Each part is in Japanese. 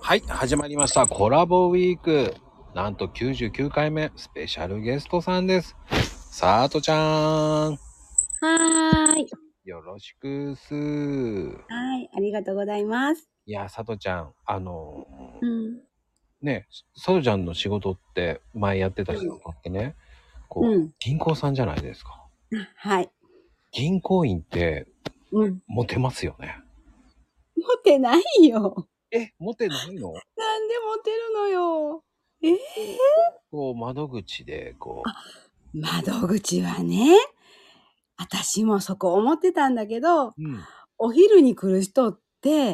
はい、始まりました。コラボウィーク。なんと99回目、スペシャルゲストさんです。さとちゃん。 はーい。 よろしくっす。 はい。ありがとうございます。 いや、さとちゃん、 うん。 ね、さとちゃんの仕事って、前やってた仕事ってね、 うん。 銀行さんじゃないですか。 はい。 銀行員って、 うん。 モテますよね。 モテないよ。 モテないの？ なんでモテるのよ。え窓口で、 窓口はね、私もそこ思ってたんだけど、 うん、 お昼に来る人って、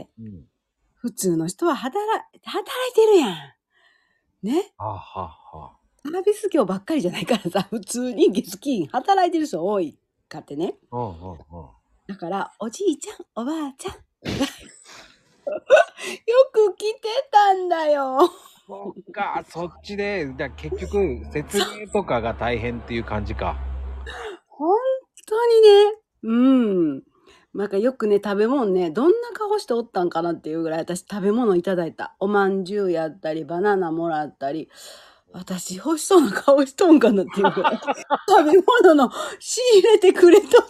うん。 普通の人は働いてるやん。ね。 はあ、はあ、はあ。 サービス業ばっかりじゃないからさ、普通に月金働いてる人多いかってね。 うん、うん、うん。 だから、おじいちゃん、おばあちゃん、よく来てたんだよ。 そっか、そっちで、結局、説明とかが大変っていう感じか。 ほんとにね、うん。なんかよくね、食べ物ね、どんな顔しておったんかなっていうぐらい、私食べ物いただいた。お饅頭やったり、バナナもらったり、私欲しそうな顔しとんかなっていうぐらい、食べ物の仕入れてくれとった。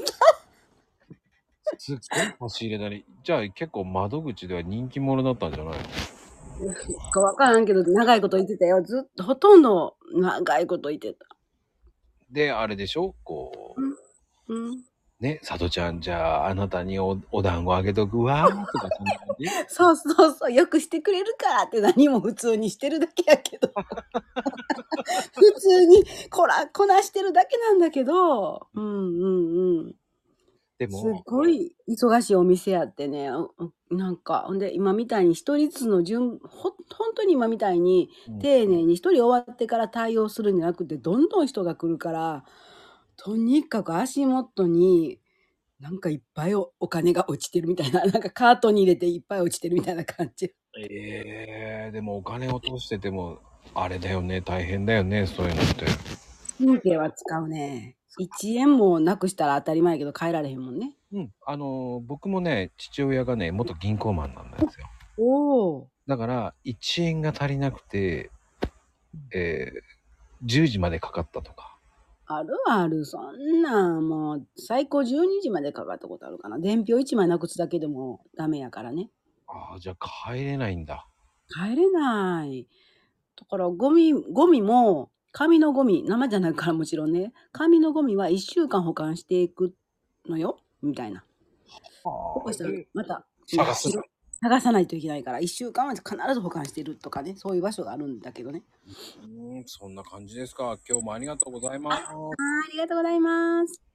すっごい差し入れだね。じゃあ結構窓口では人気者だったんじゃないの？ かわからんけど、長いこと言ってたよ。ずっとほとんど長いこと言ってた。 で、あれでしょうん。うん。 ね、さとちゃん、じゃああなたにお団子あげとくわーとかそんな感じ？ そうそうそう、よくしてくれるからって何も普通にしてるだけやけど。普通にこなしてるだけなんだけど、うんうんうん。すっでも、 ごい忙しいお店やってね、なんか、ほんで今みたいに一人ずつのほんとに今みたいにうん、 丁寧に一人終わってから対応するんじゃなくて、どんどん人が来るから、とにかく足元になんかいっぱいお金が落ちてるみたいな、なんかカートに入れていっぱい落ちてるみたいな感じ。 でもお金を通してても、あれだよね、大変だよね、そういうのって。 神経は使うね。1円もなくしたら当たり前やけど変えられへんもんね。 うん、僕もね、父親がね、元銀行マンなんですよ。 おお。 だから、1円が足りなくて、え10時までかかったとか。 あるある。そんなんもう最高12時までかかったことあるかな。伝票1枚なくすだけでもダメやからね。 ああ、じゃあ帰れないんだ。 帰れない。だからゴミも、紙のゴミ、生じゃないからもちろんね。紙のゴミは1週間保管していくのよ、みたいな。保ああ、 管したらまた、 探す。 探さないといけないから、1週間は必ず保管してるとかね、そういう場所があるんだけどね。 そんな感じですか。今日もありがとうございあ、 ます。 ありがとうございます。